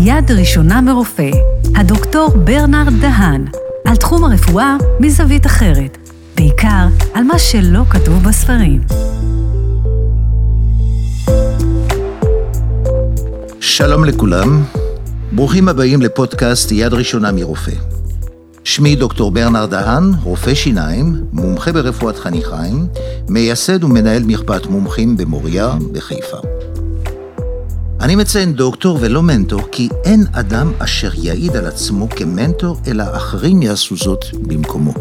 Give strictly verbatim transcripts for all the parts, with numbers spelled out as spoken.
יד ראשונה מרופא, הדוקטור ברנרד דהן, על תחום הרפואה מזווית אחרת, בעיקר על מה שלא כתוב בספרים. שלום לכולם, ברוכים הבאים לפודקאסט יד ראשונה מרופא. שמי דוקטור ברנרד דהן, רופא שיניים, מומחה ברפואת חניכיים, מייסד ומנהל מרפאת מומחים במוריה בחיפה. אני מציין דוקטור ולא מנטור, כי אין אדם אשר יעיד על עצמו כמנטור, אלא אחרים יעשו זאת במקומו.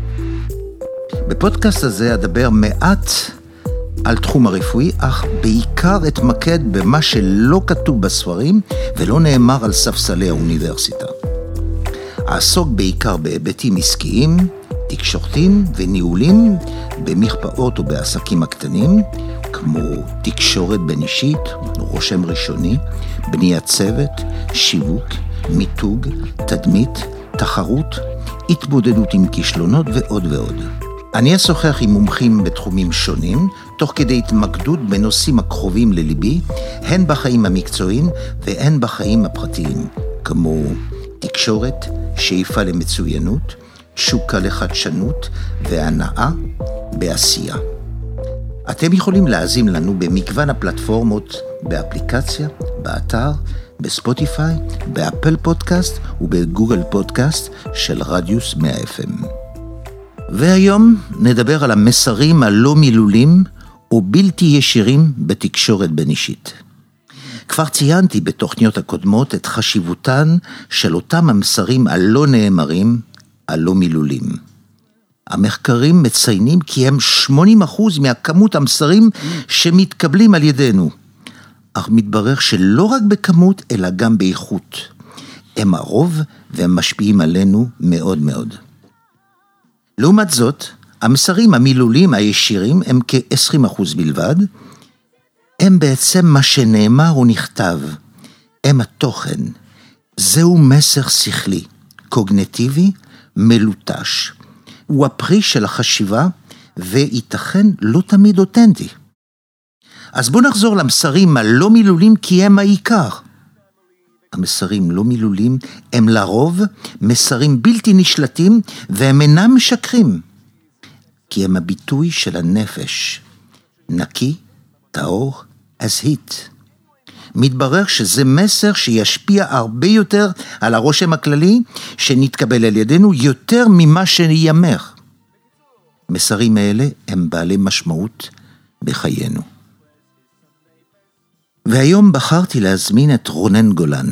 בפודקאסט הזה אדבר מעט על תחום הרפואי, אך בעיקר אתמקד במה שלא כתוב בספרים ולא נאמר על ספסלי האוניברסיטה. אעסוק בעיקר בהיבטים עסקיים, תקשורתיים וניהולים במרפאות ובעסקים הקטנים, כמו תקשורת בין אישית, רושם ראשוני, בניית צוות, שיווק, מיתוג, תדמית, תחרות, התמודדות עם כישלונות ועוד ועוד. אני אשוחח עם מומחים בתחומים שונים, תוך כדי התמקדות בנושאים הקרובים לליבי, הן בחיים המקצועיים והן בחיים הפרטיים, כמו תקשורת, שאיפה למצוינות, תשוקה לחדשנות והנאה בעשייה. אתם יכולים להאזין לנו במגוון הפלטפורמות, באפליקציה, באתר, בספוטיפיי, באפל פודקאסט ובגוגל פודקאסט של רדיוס מאה אף אם. והיום נדבר על המסרים הלא מילולים או בלתי ישירים בתקשורת בין אישית. כבר ציינתי בתוכניות הקודמות את חשיבותן של אותם המסרים הלא נאמרים, הלא מילולים. המחקרים מציינים כי הם שמונים אחוז מהכמות המסרים שמתקבלים על ידינו. אך מתברר שלא רק בכמות אלא גם באיכות. הם הרוב והם משפיעים עלינו מאוד מאוד. לעומת זאת, המסרים המילולים הישירים הם כ-עשרים אחוז בלבד, הם בעצם מה שנאמר ונכתב, הם התוכן. זהו מסר שכלי, קוגניטיבי, מלוטש. הוא הפרי של החשיבה, וייתכן לא תמיד אותנטי. אז בואו נחזור למסרים הלא מילולים, כי הם העיקר. המסרים לא מילולים הם לרוב מסרים בלתי נשלטים, והם אינם משקרים. כי הם הביטוי של הנפש, נקי, טהור, הזהית. מתברר שזה מסר שישפיע הרבה יותר על הרושם הכללי שנתקבל על ידינו יותר ממה שיאמר. מסרים האלה הם בעלי משמעות בחיינו. והיום בחרתי להזמין את רונן גולן.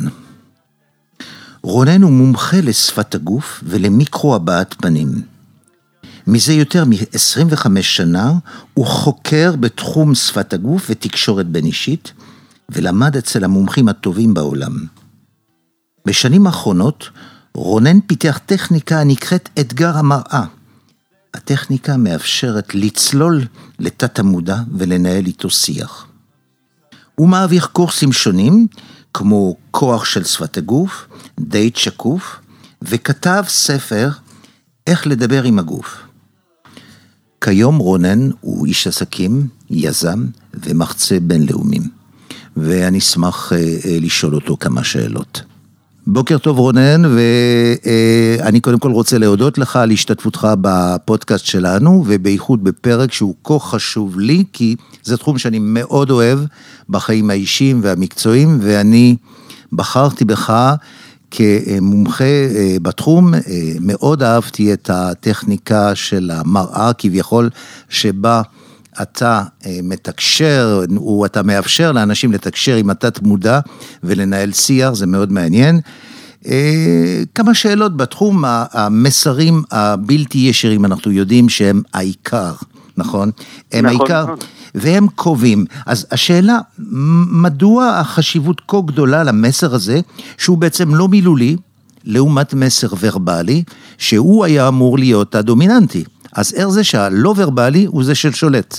רונן הוא מומחה לשפת הגוף ולמיקרו הבעת פנים. מזה יותר מ-עשרים וחמש שנה הוא חוקר בתחום שפת הגוף ותקשורת בין אישית, ולמד אצל המומחים הטובים בעולם. בשנים האחרונות רונן פיתח טכניקה הנקראת אתגר המראה. הטכניקה מאפשרת לצלול לתת המודע ולנהל איתו שיח. הוא מעביר קורסים שונים, כמו כוח של שפת הגוף, דייט שקוף, וכתב ספר איך לדבר עם הגוף. כיום רונן הוא איש עסקים, יזם ומחצה בינלאומיים. ואני אשמח לשאול אותו כמה שאלות. בוקר טוב רונן, ואני קודם כל רוצה להודות לך על השתתפותך בפודקאסט שלנו, ובייחוד בפרק שהוא כה חשוב לי, כי זה תחום שאני מאוד אוהב בחיים האישיים והמקצועיים, ואני בחרתי בך כמומחה בתחום. מאוד אהבתי את הטכניקה של המראה כביכול, שבה אתה מתקשר, או אתה מאפשר לאנשים לתקשר עם התת מודע ולנהל שיח, זה מאוד מעניין. כמה שאלות בתחום המסרים הבלתי ישירים, אנחנו יודעים שהם העיקר, נכון? הם נכון, העיקר, נכון. והם קובעים. אז השאלה, מדוע החשיבות כה גדולה למסר הזה, שהוא בעצם לא מילולי, לעומת מסר ורבלי, שהוא היה אמור להיות הדומיננטי. אז איך זה שהלא ורבלי הוא זה של שולט?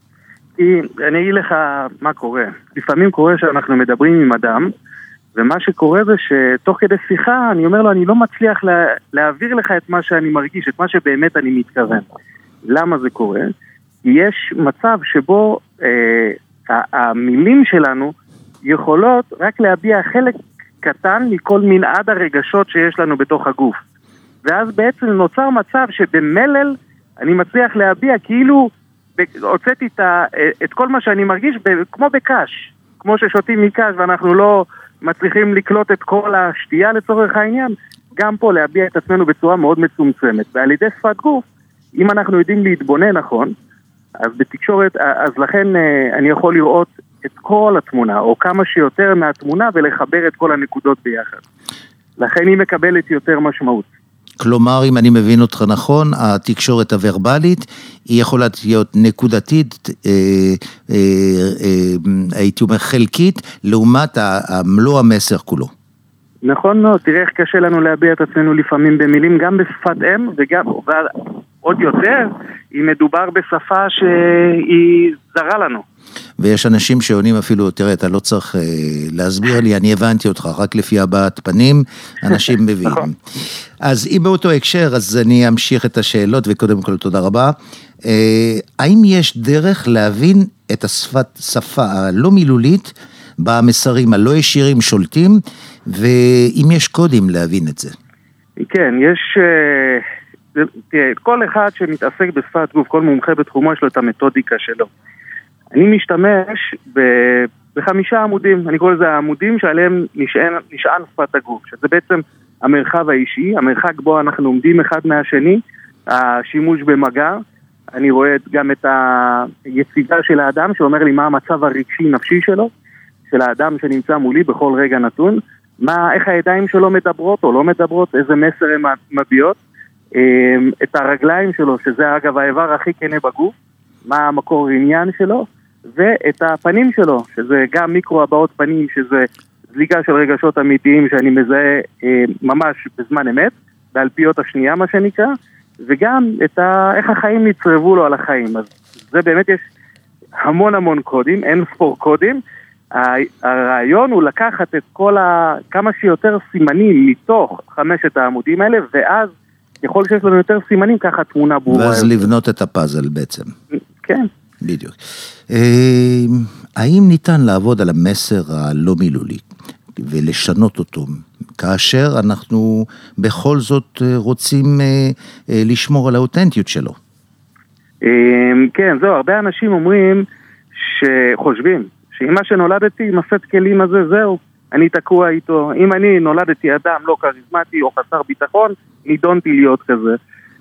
אני אגיד לך מה קורה. לפעמים קורה שאנחנו מדברים עם אדם, ומה שקורה זה שתוך כדי שיחה אני אומר לו, אני לא מצליח לה, להעביר לך את מה שאני מרגיש, את מה שבאמת אני מתכוון. למה זה קורה? יש מצב שבו אה, המילים שלנו יכולות רק להביע חלק קטן מכל מנעד הרגשות שיש לנו בתוך הגוף. ואז בעצם נוצר מצב שבמלל אני מצליח להביע כאילו הוצאתי את, את כל מה שאני מרגיש כמו בקש, כמו ששותים מקש ואנחנו לא מצליחים לקלוט את כל השתייה לצורך העניין, גם פה להביע את עצמנו בצורה מאוד מצומצמת. ועל ידי שפת גוף, אם אנחנו יודעים להתבונן נכון, אז בתקשורת, אז לכן אני יכול לראות את כל התמונה, או כמה שיותר מהתמונה, ולחבר את כל הנקודות ביחד. לכן היא מקבלת יותר משמעות. כלומר, אם אני מבין אותך נכון, התקשורת הוורבלית, היא יכולה להיות נקודתית, אה, אה, אה, הייתי אומר חלקית, לעומת מלוא המסר כולו. נכון מאוד, תראה איך קשה לנו להביע את עצמנו לפעמים במילים, גם בשפת אם, וגם, ועוד יותר, היא מדובר בשפה שהיא זרה לנו. ויש אנשים שעונים אפילו, תראה, אתה לא צריך אה, להסביר לי, אני הבנתי אותך, רק לפי הבעת פנים, אנשים מביאים. אז אם באותו הקשר, אז אני אמשיך את השאלות, וקודם כל תודה רבה. אה, האם יש דרך להבין את השפת, שפה הלא מילולית, במסרים הלא ישירים שולטים, ואם יש קודים להבין את זה? כן, יש... תראה, כל אחד שמתעסק בשפת גוף, כל מומחה בתחומו יש לו את המתודיקה שלו. אני משתמש בחמישה עמודים, אני קורא לזה העמודים שעליהם נשען, נשען שפת הגוף, שזה בעצם המרחב האישי, המרחק בו אנחנו עומדים אחד מהשני, השימוש במגע, אני רואה גם את היציבה של האדם שאומר לי מה המצב הרגשי-נפשי שלו, של האדם שנמצא מולי בכל רגע נתון, מה, איך הידיים שלו מדברות או לא מדברות, איזה מסר הן מביעות, את הרגליים שלו, שזה אגב האיבר הכי כנה בגוף, מה המקור עניין שלו, ואת הפנים שלו, שזה גם מיקרו הבעות פנים, שזה זליגה של רגשות אמיתיים שאני מזהה אה, ממש בזמן אמת, באלפיות השנייה מה שנקרא, וגם את ה... איך החיים נצרבו לו על החיים. אז זה באמת יש המון המון קודים, אין ספור קודים. הרעיון הוא לקחת את כל ה... כמה שיותר סימנים מתוך חמשת העמודים האלה, ואז ככל שיש לנו יותר סימנים, ככה תמונה ברורה. ואז לבנות את הפאזל בעצם. כן. בדיוק. האם ניתן לעבוד על המסר הלא מילולי ולשנות אותו, כאשר אנחנו בכל זאת רוצים לשמור על האותנטיות שלו? כן, זהו, הרבה אנשים אומרים שחושבים שאם מה שנולדתי עם הסט כלים הזה, זהו, אני תקוע איתו. אם אני נולדתי אדם לא קריזמטי או חסר ביטחון, נידונתי להיות כזה.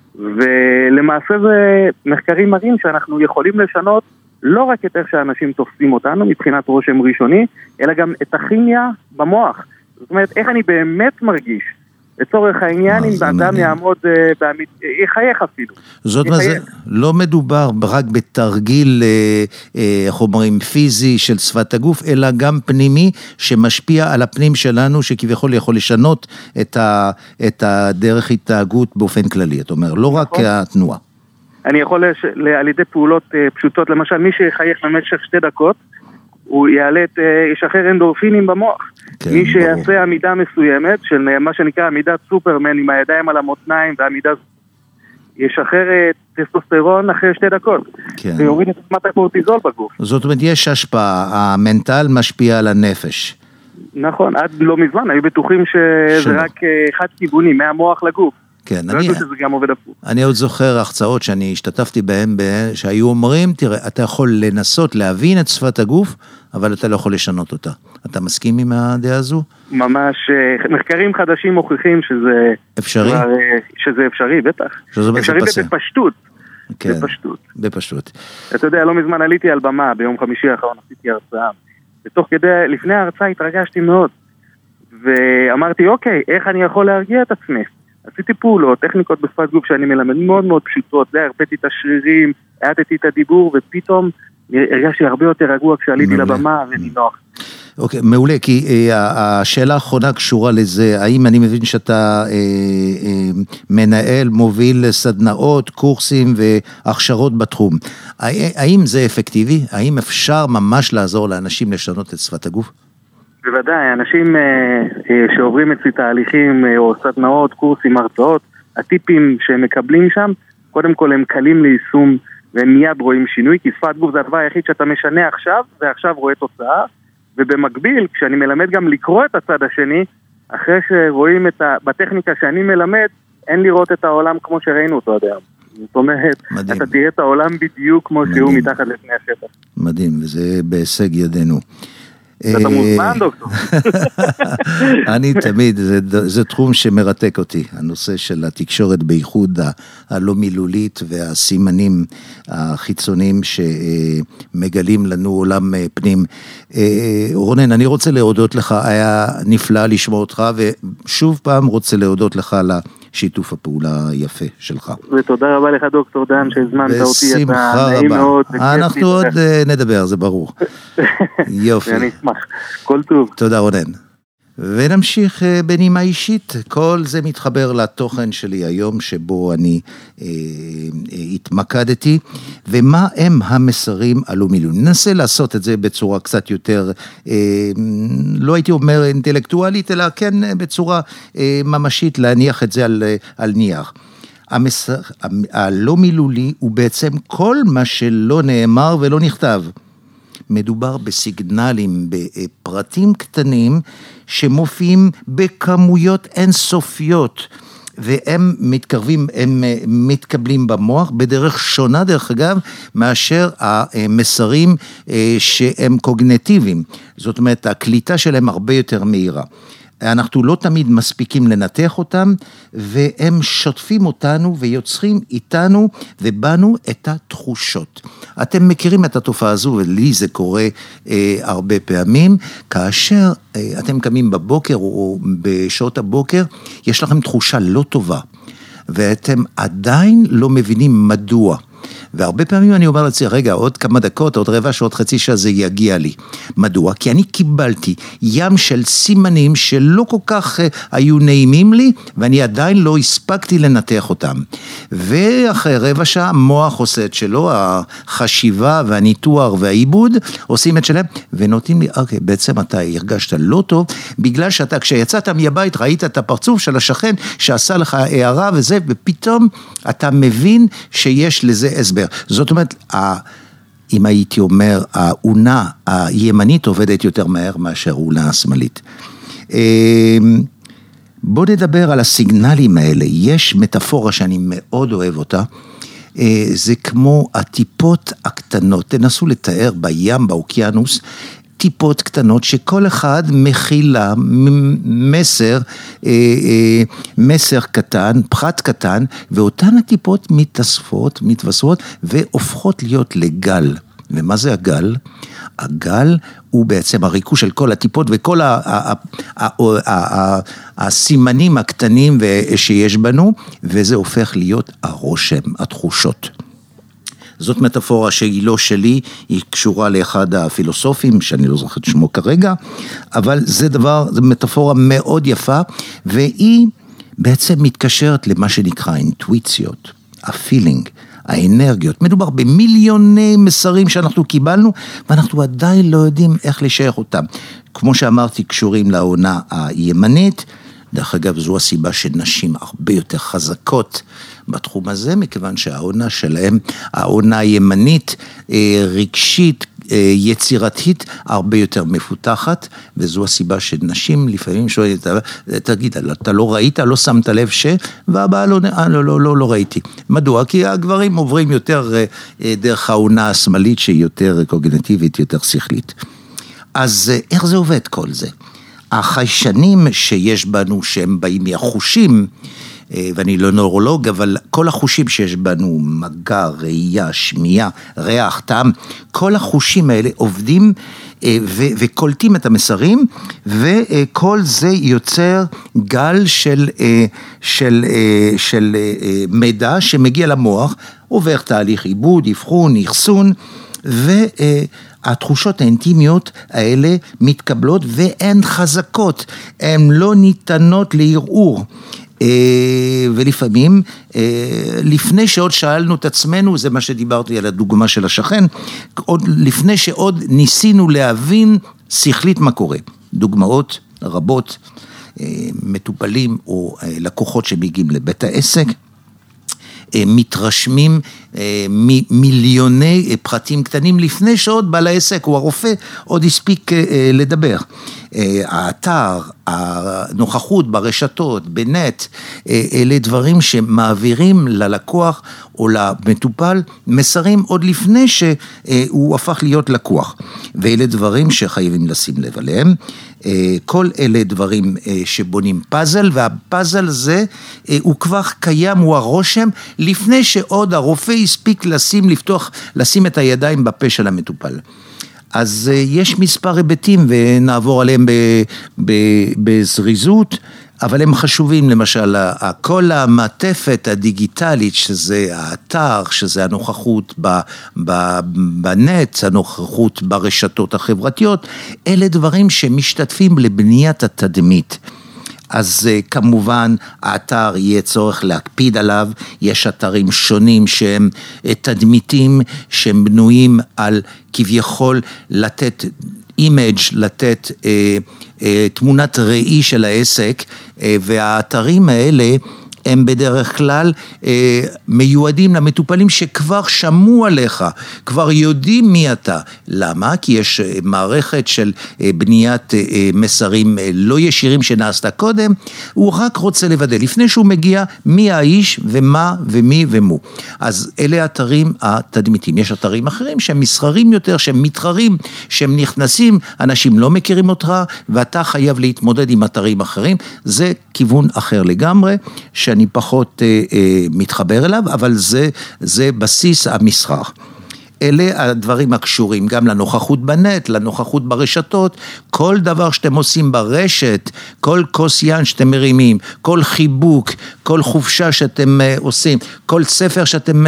ולמעשה זה מחקרים מראים שאנחנו יכולים לשנות לא רק את איך שאנשים תופסים אותנו מבחינת רושם ראשוני, אלא גם את הכימיה במוח. זאת אומרת, איך אני באמת מרגיש. לצורך העניין, אם האדם יעמוד, יחייך אפילו. זאת אומרת, לא מדובר רק בתרגיל, איך אומרים, פיזי של שפת הגוף, אלא גם פנימי שמשפיע על הפנים שלנו, שכביכול יכול לשנות את הדרך התנהגות באופן כללי. זאת אומרת, לא רק התנועה. אני יכול על ידי פעולות פשוטות, למשל, מי שיחייך במשך שתי דקות, הוא יעלה, ישחרר אנדורפינים במוח. כן, מי שיעשה עמידה מסוימת, של מה שנקרא עמידת סופרמן עם הידיים על המותניים, והעמידה ישחרר טסטוסטרון אחרי שתי דקות. כן. ויוריד את עצמת הקורטיזול בגוף. זאת אומרת, יש השפעה, המנטל משפיע על הנפש. נכון, עד לא מזמן, היו בטוחים שזה שלא. רק חד כיווני, מהמוח לגוף. כן, אני, אני עוד זוכר החצאות שאני השתתפתי בהן, שהיו אומרים, תראה, אתה יכול לנסות להבין את שפת הגוף, אבל אתה לא יכול לשנות אותה. אתה מסכים עם הדעה הזו? ממש, מחקרים חדשים מוכיחים שזה אפשרי? כבר, שזה אפשרי, בטח. אפשרי בפשטות. כן, בפשטות. בפשטות. אתה יודע, לא מזמן עליתי על במה, ביום חמישי האחרון עשיתי הרצאה. ותוך כדי, לפני ההרצאה התרגשתי מאוד. ואמרתי, אוקיי, איך אני יכול להרגיע את עצמי? עשיתי פעולות, טכניקות בשפת גוף שאני מלמד מאוד מאוד פשוטות, זה הרפאתי את השרירים, העטתי את הדיבור, ופתאום הרגשתי הרבה יותר רגוע כשעליתי לבמה ונינוח. אוקיי, מעולה, כי השאלה האחרונה קשורה לזה, האם אני מבין שאתה מנהל, מוביל סדנאות, קורסים והכשרות בתחום, האם זה אפקטיבי? האם אפשר ממש לעזור לאנשים לשנות את שפת הגוף? בוודאי, אנשים שעוברים אצלי תהליכים או סדנאות, קורסים, הרצאות, הטיפים שהם מקבלים שם, קודם כל הם קלים ליישום והם מיד רואים שינוי, כי שפת גוף זה הדבר היחיד שאתה משנה עכשיו, ועכשיו רואה תוצאה, ובמקביל, כשאני מלמד גם לקרוא את הצד השני, אחרי שרואים את ה... בטכניקה שאני מלמד, אין לראות את העולם כמו שראינו אותו עד היום. זאת אומרת, מדהים. אתה תראה את העולם בדיוק כמו מדהים. שהוא מתחת לפני השטח. מדהים, וזה בהישג ידינו. אתה מוזמן, דוקטור. אני תמיד, זה, זה תחום שמרתק אותי, הנושא של התקשורת בייחוד הלא מילולית והסימנים החיצוניים שמגלים לנו עולם פנים. רונן, אני רוצה להודות לך, היה נפלא לשמוע אותך, ושוב פעם רוצה להודות לך על שיתוף הפעולה היפה שלך. ותודה רבה לך דוקטור דן שהזמנת אותי, בשמחה רבה. אנחנו עוד נדבר, זה ברור. יופי. אני אשמח. כל טוב. תודה רונן. ונמשיך בנימה אישית, כל זה מתחבר לתוכן שלי היום שבו אני אה, אה, התמקדתי, ומה הם המסרים הלא מילוליים. ננסה לעשות את זה בצורה קצת יותר, אה, לא הייתי אומר אינטלקטואלית, אלא כן בצורה אה, ממשית להניח את זה על, על נייר. המסר הלא מילולי הוא בעצם כל מה שלא נאמר ולא נכתב. מדובר בסיגנלים, בפרטים קטנים שמופיעים בכמויות אינסופיות, והם מתקרבים, הם מתקבלים במוח בדרך שונה דרך אגב, מאשר המסרים שהם קוגניטיביים. זאת אומרת, הקליטה שלהם הרבה יותר מהירה. אנחנו לא תמיד מספיקים לנתח אותם, והם שוטפים אותנו ויוצרים איתנו ובנו את התחושות. אתם מכירים את התופעה הזו, ולי זה קורה אה, הרבה פעמים, כאשר אה, אתם קמים בבוקר או בשעות הבוקר, יש לכם תחושה לא טובה, ואתם עדיין לא מבינים מדוע. והרבה פעמים אני אומר לעצמי, רגע, עוד כמה דקות, עוד רבע שעות, חצי שעה זה יגיע לי. מדוע? כי אני קיבלתי ים של סימנים שלא כל כך uh, היו נעימים לי, ואני עדיין לא הספקתי לנתח אותם. ואחרי רבע שעה, המוח עושה את שלו, החשיבה והניתוח והעיבוד, עושים את שלהם, ונותנים לי, אוקיי, בעצם אתה הרגשת לא טוב, בגלל שאתה, כשיצאת מהבית, ראית את הפרצוף של השכן, שעשה לך הערה וזה, ופתאום אתה מבין שיש לזה הסבר. זאת אומרת, אם הייתי אומר, העונה הימנית עובדת יותר מהר מאשר העונה השמאלית. בוא נדבר על הסיגנלים האלה. יש מטאפורה שאני מאוד אוהב אותה, זה כמו הטיפות הקטנות. תנסו לתאר בים, באוקיינוס, טיפות קטנות שכל אחד מכילה מסר, מסר קטן, פחת קטן, ואותן הטיפות מתאספות, מתווספות והופכות להיות לגל. ומה זה הגל? הגל הוא בעצם הריקוש של כל הטיפות וכל הסימנים הקטנים שיש בנו, וזה הופך להיות הרושם, התחושות. זאת מטאפורה שהיא לא שלי, היא קשורה לאחד הפילוסופים, שאני לא זוכר את שמו כרגע, אבל זה דבר, זה מטאפורה מאוד יפה, והיא בעצם מתקשרת למה שנקרא אינטואיציות, הפילינג, האנרגיות. מדובר במיליוני מסרים שאנחנו קיבלנו, ואנחנו עדיין לא יודעים איך לשייך אותם. כמו שאמרתי, קשורים לעונה הימנית, דרך אגב, זו הסיבה שנשים הרבה יותר חזקות בתחום הזה, מכיוון שהעונה שלהם, העונה הימנית, רגשית, יצירתית, הרבה יותר מפותחת, וזו הסיבה שנשים לפעמים שואלת, תגיד, אתה לא ראית, לא שמת לב ש... והבאה לא, לא, לא, לא, לא ראיתי. מדוע? כי הגברים עוברים יותר דרך העונה השמאלית, שהיא יותר קוגניטיבית, יותר שכלית. אז איך זה עובד כל זה? החיישנים שיש בנו, שהם באים מהחושים, ואני לא נורולוג, אבל כל החושים שיש בנו, מגע, ראייה, שמיעה, ריח, טעם, כל החושים האלה עובדים ו- וקולטים את המסרים, וכל זה יוצר גל של, של, של מידע שמגיע למוח, עובר תהליך עיבוד, אבחון, אחסון, ו... התחושות האינטימיות האלה מתקבלות והן חזקות, הן לא ניתנות לערעור, ולפעמים, לפני שעוד שאלנו את עצמנו, זה מה שדיברתי על הדוגמה של השכן, עוד, לפני שעוד ניסינו להבין שכלית מה קורה. דוגמאות רבות, מטופלים או לקוחות שמגיעים לבית העסק, מתרשמים מיליוני פרטים קטנים לפני שעוד בעל העסק או הרופא עוד הספיק לדבר. האתר, הנוכחות ברשתות, בנט, אלה דברים שמעבירים ללקוח או למטופל מסרים עוד לפני שהוא הפך להיות לקוח. ואלה דברים שחייבים לשים לב עליהם. כל אלה דברים שבונים פאזל, והפאזל הזה הוא כבר קיים, הוא הרושם, לפני שעוד הרופא הספיק לשים, לפתוח, לשים את הידיים בפה של המטופל. אז יש מספר היבטים ונעבור עליהם בזריזות, אבל הם חשובים, למשל, כל המעטפת הדיגיטלית, שזה האתר, שזה הנוכחות בנט, הנוכחות ברשתות החברתיות, אלה דברים שמשתתפים לבניית התדמית. אז כמובן האתר יהיה צורך להקפיד עליו, יש אתרים שונים שהם תדמיתים, שהם בנויים על כביכול לתת אימג', לתת אה, אה, תמונת ראי של העסק, אה, והאתרים האלה הם בדרך כלל אה, מיועדים למטופלים שכבר שמעו עליך, כבר יודעים מי אתה. למה? כי יש מערכת של אה, בניית אה, מסרים אה, לא ישירים שנעשתה קודם, הוא רק רוצה לוודא, לפני שהוא מגיע, מי האיש ומה ומי ומו. אז אלה אתרים התדמיתיים. יש אתרים אחרים שהם מסחרים יותר, שהם מתחרים, שהם נכנסים, אנשים לא מכירים אותך, ואתה חייב להתמודד עם אתרים אחרים. זה כיוון אחר לגמרי, ש אני פחות אה, אה, מתחבר אליו, אבל זה, זה בסיס המסחר. אלה הדברים הקשורים גם לנוכחות בנט, לנוכחות ברשתות, כל דבר שאתם עושים ברשת, כל כוס יין שאתם מרימים, כל חיבוק, כל חופשה שאתם עושים, כל ספר שאתם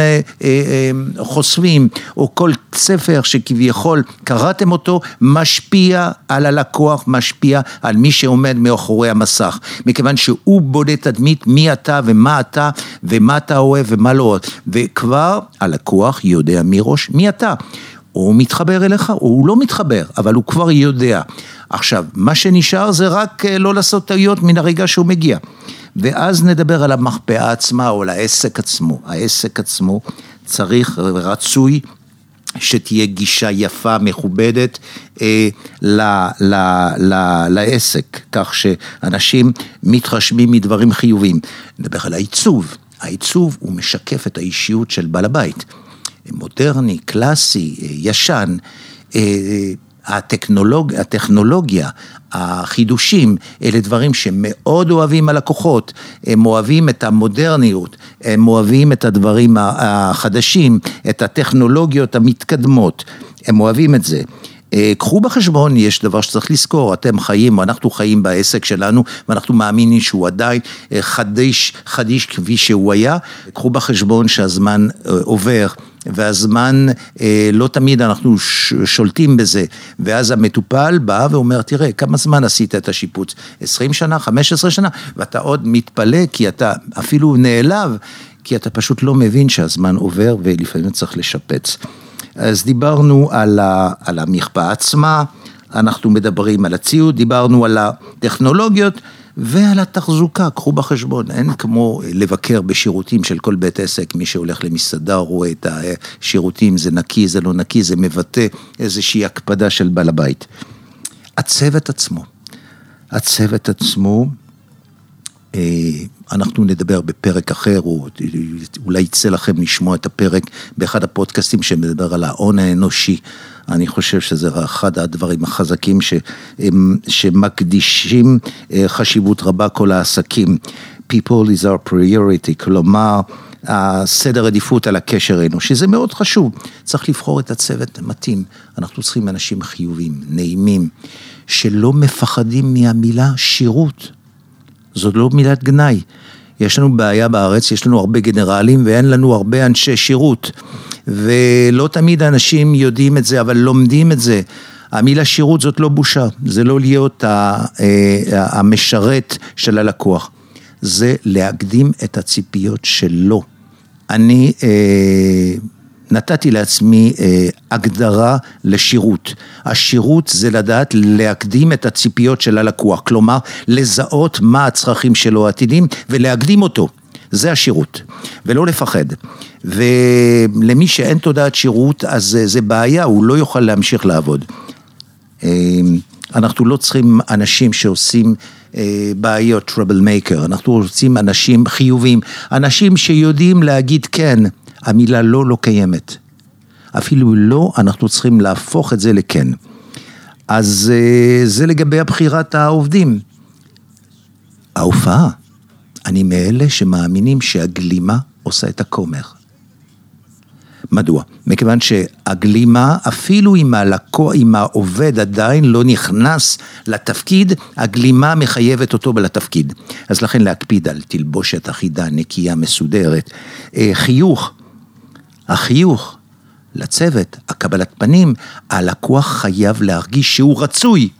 חושפים, או כל ספר שכביכול קראתם אותו, משפיע על הלקוח, משפיע על מי שעומד מאחורי המסך, מכיוון שהוא בודק תדמית מי אתה ומה אתה, ומה אתה אוהב ומה לא אוהב, וכבר הלקוח יודע מראש מי אתה, הוא מתחבר אליך, הוא לא מתחבר, אבל הוא כבר יודע. עכשיו, מה שנשאר זה רק לא לעשות טעויות מן הרגע שהוא מגיע. ואז נדבר על המחפאה עצמה או על העסק עצמו. העסק עצמו צריך רצוי שתהיה גישה יפה, מכובדת אה, ל, ל, ל, לעסק, כך שאנשים מתרשמים מדברים חיוביים. נדבר על העיצוב. העיצוב הוא משקף את האישיות של בעל הבית. מודרני, קלאסי, ישן, הטכנולוג, הטכנולוגיה, החידושים, אלה דברים שמאוד אוהבים הלקוחות, הם אוהבים את המודרניות, הם אוהבים את הדברים החדשים, את הטכנולוגיות המתקדמות, הם אוהבים את זה. קחו בחשבון, יש דבר שצריך לזכור, אתם חיים, אנחנו חיים בעסק שלנו, ואנחנו מאמינים שהוא עדיין חדיש, חדיש כפי שהוא היה, קחו בחשבון שהזמן עובר, והזמן לא תמיד אנחנו שולטים בזה, ואז המטופל בא ואומר, תראה, כמה זמן עשית את השיפוץ? עשרים שנה, חמש עשרה שנה, ואתה עוד מתפלא, כי אתה אפילו נעלב, כי אתה פשוט לא מבין שהזמן עובר, ולפעמים צריך לשפץ. אז דיברנו על, ה, על המחפאה עצמה, אנחנו מדברים על הציוד, דיברנו על הטכנולוגיות ועל התחזוקה, קחו בחשבון, אין כמו לבקר בשירותים של כל בית עסק, מי שהולך למסעדה רואה את השירותים, זה נקי, זה לא נקי, זה מבטא איזושהי הקפדה של בעל הבית. הצוות עצמו, הצוות עצמו, אנחנו נדבר בפרק אחר, או אולי יצא לכם לשמוע את הפרק באחד הפודקאסטים שמדבר על ההון האנושי. אני חושב שזה אחד הדברים החזקים ש, שמקדישים חשיבות רבה כל העסקים. People is our priority, כלומר, הסדר עדיפות על הקשר האנושי, זה מאוד חשוב. צריך לבחור את הצוות מתאים. אנחנו צריכים אנשים חיובים, נעימים, שלא מפחדים מהמילה שירות. זאת לא מילת גנאי. יש לנו בעיה בארץ, יש לנו הרבה גנרלים ואין לנו הרבה אנשי שירות. ולא תמיד האנשים יודעים את זה, אבל לומדים את זה. המילה שירות זאת לא בושה, זה לא להיות המשרת של הלקוח. זה להקדים את הציפיות שלו. אני נתתי לעצמי הגדרה לשירות. השירות זה לדעת להקדים את הציפיות של הלקוח, כלומר לזהות מה הצרכים שלו העתידים ולהקדים אותו. זה השירות, ולא לפחד. ולמי שאין תודעת שירות, אז זה בעיה, הוא לא יוכל להמשיך לעבוד. אנחנו לא צריכים אנשים שעושים בעיות, trouble maker, אנחנו רוצים אנשים חיוביים, אנשים שיודעים להגיד כן, המילה לא לא קיימת. אפילו לא, אנחנו צריכים להפוך את זה לכן. אז זה לגבי הבחירת העובדים. ההופעה, אני מאלה שמאמינים שהגלימה עושה את הכומר. מדוע? מכיוון שהגלימה, אפילו אם הלקוח, אם העובד עדיין לא נכנס לתפקיד, הגלימה מחייבת אותו לתפקיד. אז לכן להקפיד על תלבושת אחידה, נקייה, מסודרת. חיוך, החיוך לצוות, הקבלת פנים, הלקוח חייב להרגיש שהוא רצוי.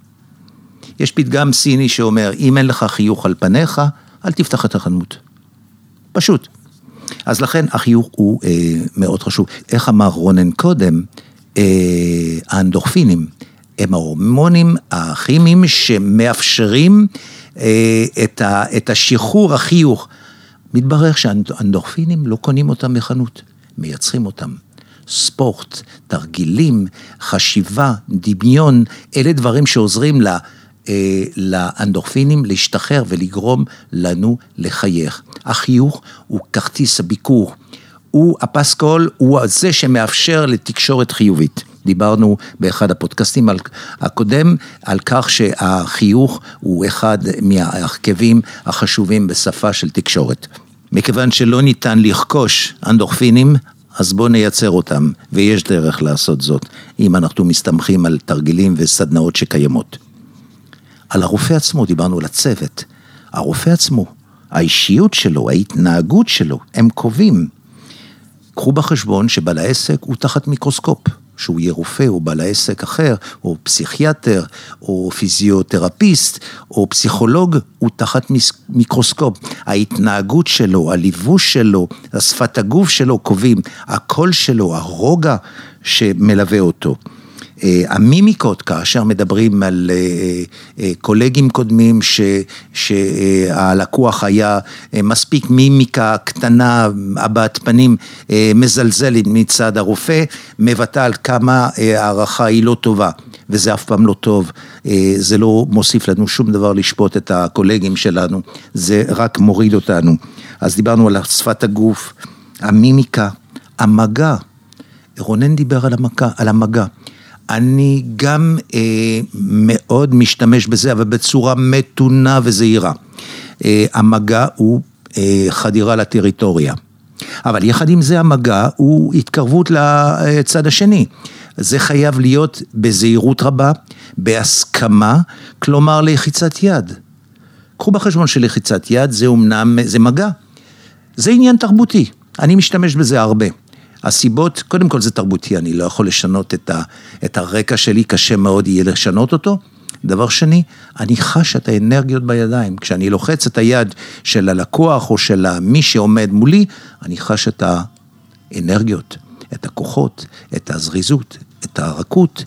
יש פתגם סיני שאומר, אם אין לך חיוך על פניך, אל תפתח את החנות. פשוט. אז לכן החיוך הוא אה, מאוד חשוב. איך אמר רונן קודם, אה, האנדורפינים, הם ההורמונים הכימיים שמאפשרים אה, את, ה, את השחרור החיוך. מתברר שהאנדורפינים לא קונים אותם בחנות, מייצרים אותם. ספורט, תרגילים, חשיבה, דמיון, אלה דברים שעוזרים לה, אה, לאנדורפינים להשתחרר ולגרום לנו לחייך. החיוך הוא כרטיס הביקור, הוא הפסקול, הוא זה שמאפשר לתקשורת חיובית. דיברנו באחד הפודקאסטים על, הקודם על כך שהחיוך הוא אחד מהרכיבים החשובים בשפה של תקשורת. מכיוון שלא ניתן לרכוש אנדורפינים, אז בואו נייצר אותם, ויש דרך לעשות זאת, אם אנחנו מסתמכים על תרגילים וסדנאות שקיימות. על הרופא עצמו, דיברנו על הצוות, הרופא עצמו, האישיות שלו, ההתנהגות שלו, הם קובעים. קחו בחשבון שבעל העסק הוא תחת מיקרוסקופ, שהוא יהיה רופא או בעל העסק אחר, או פסיכיאטר, או פיזיותרפיסט, או פסיכולוג, הוא תחת מיקרוסקופ. ההתנהגות שלו, הליבוש שלו, השפת הגוף שלו קובעים, הקול שלו, הרוגע שמלווה אותו. המימיקות, כאשר מדברים על קולגים קודמים שהלקוח היה מספיק מימיקה קטנה, הבעת פנים מזלזלת מצד הרופא, מבטא על כמה הערכה היא לא טובה, וזה אף פעם לא טוב, זה לא מוסיף לנו שום דבר לשפוט את הקולגים שלנו, זה רק מוריד אותנו. אז דיברנו על שפת הגוף, המימיקה, המגע, רונן דיבר על המגע, על המגע. אני גם אה, מאוד משתמש בזה, אבל בצורה מתונה וזהירה. אה, המגע הוא אה, חדירה לטריטוריה. אבל יחד עם זה המגע הוא התקרבות לצד השני. זה חייב להיות בזהירות רבה, בהסכמה, כלומר לחיצת יד. קחו בחשבון שלחיצת יד זה אומנם, זה מגע. זה עניין תרבותי, אני משתמש בזה הרבה. הסיבות, קודם כל זה תרבותי, אני לא יכול לשנות את, ה, את הרקע שלי, קשה מאוד יהיה לשנות אותו. דבר שני, אני חש את האנרגיות בידיים, כשאני לוחץ את היד של הלקוח או של מי שעומד מולי, אני חש את האנרגיות, את הכוחות, את הזריזות, את הרכות,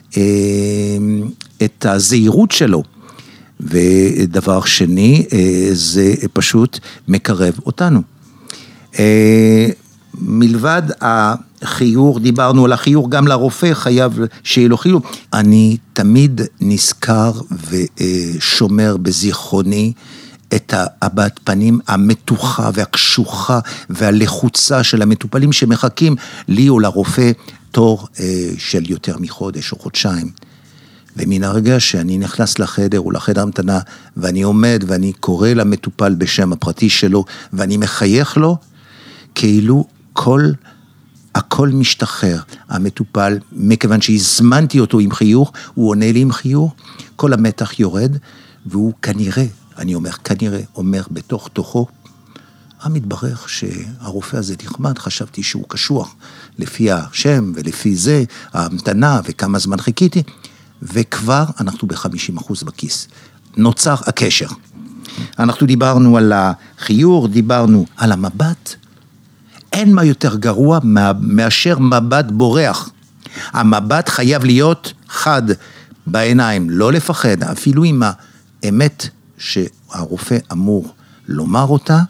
את הזהירות שלו. ודבר שני, זה פשוט מקרב אותנו. מלבד החיור, דיברנו על החיור, גם לרופא חייב שיהיה לו חיור. אני תמיד נזכר ושומר בזיכרוני את הבעת פנים המתוחה והקשוחה והלחוצה של המטופלים שמחכים לי או לרופא תור של יותר מחודש או חודשיים. ומן הרגע שאני נכנס לחדר או לחדר המתנה ואני עומד ואני קורא למטופל בשם הפרטי שלו ואני מחייך לו, כאילו כל, הכל משתחרר, המטופל, מכיוון שהזמנתי אותו עם חיוך, הוא עונה לי עם חיוך, כל המתח יורד, והוא כנראה, אני אומר כנראה, אומר בתוך תוכו, המתברר שהרופא הזה נחמד, חשבתי שהוא קשוח, לפי השם ולפי זה, ההמתנה וכמה זמן חיכיתי, וכבר אנחנו ב-חמישים אחוז בכיס. נוצר הקשר. אנחנו דיברנו על החיור, דיברנו על המבט, אין מה יותר גרוע מאשר מבט בורח. המבט חייב להיות חד בעיניים, לא לפחד, אפילו עם האמת שהרופא אמור לומר אותה,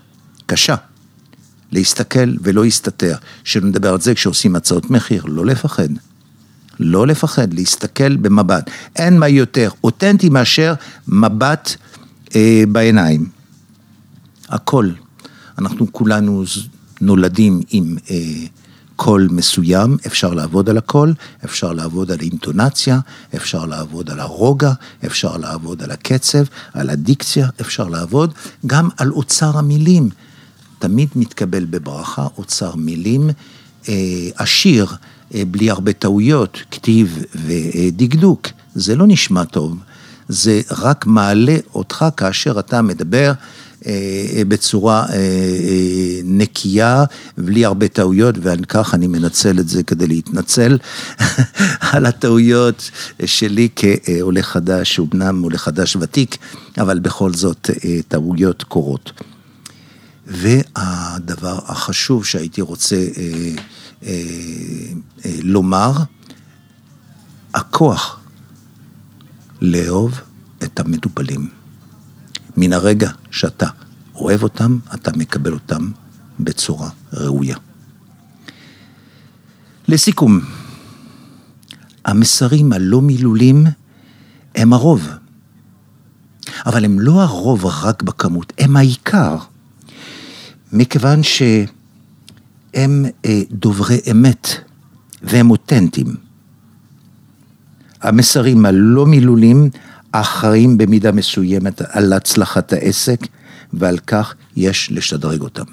קשה. להסתכל ולא להסתתר. שנדבר על זה כשעושים הצעות מחיר, לא לפחד. לא לפחד, להסתכל במבט. אין מה יותר אותנטי מאשר מבט אה, בעיניים. הכל. אנחנו כולנו נולדים עם אה, קול מסוים, אפשר לעבוד על הקול, אפשר לעבוד על האינטונציה, אפשר לעבוד על הרוגע, אפשר לעבוד על הקצב, על הדיקציה, אפשר לעבוד גם על אוצר המילים. תמיד מתקבל בברכה אוצר מילים אה, עשיר, אה, בלי הרבה טעויות, כתיב ודקדוק. זה לא נשמע טוב, זה רק מעלה אותך כאשר אתה מדבר בצורה נקייה, בלי הרבה טעויות, ועל כך אני מנצל את זה כדי להתנצל על הטעויות שלי כעולה חדש, ובנם עולה חדש ותיק, אבל בכל זאת טעויות קורות. והדבר החשוב שהייתי רוצה לומר, הכוח לאהוב את המטופלים. מן הרגע שאתה אוהב אותם, אתה מקבל אותם בצורה ראויה. לסיכום, המסרים הלא מילולים הם הרוב. אבל הם לא הרוב רק בכמות, הם העיקר. מכיוון שהם דוברי אמת והם אותנטיים. המסרים הלא מילולים אחראים במידה מסוימת על הצלחת העסק, ועל כך יש לשדרג אותם.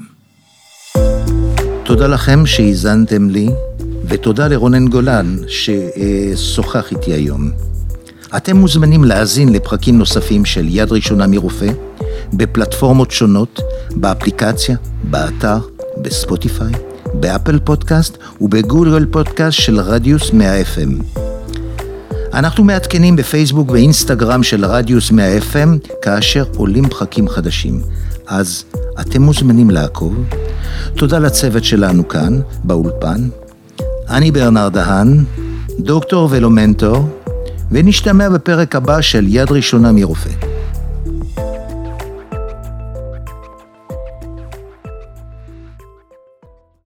תודה לכם שהזנתם לי, ותודה לרונן גולן ששוחח איתי היום. אתם מוזמנים להאזין לפרקים נוספים של יד ראשונה מרופא, בפלטפורמות שונות, באפליקציה, באתר, בספוטיפיי, באפל פודקאסט ובגוגל פודקאסט של רדיוס מאה אף אם. אנחנו מעדכנים בפייסבוק ואינסטגרם של רדיוס מאה אף אם כאשר עולים פרקים חדשים. אז אתם מוזמנים לעקוב. תודה לצוות שלנו כאן, באולפן. אני ברנרד דהן, דוקטור ולא מנטור, ונשתמע בפרק הבא של יד ראשונה מרופא.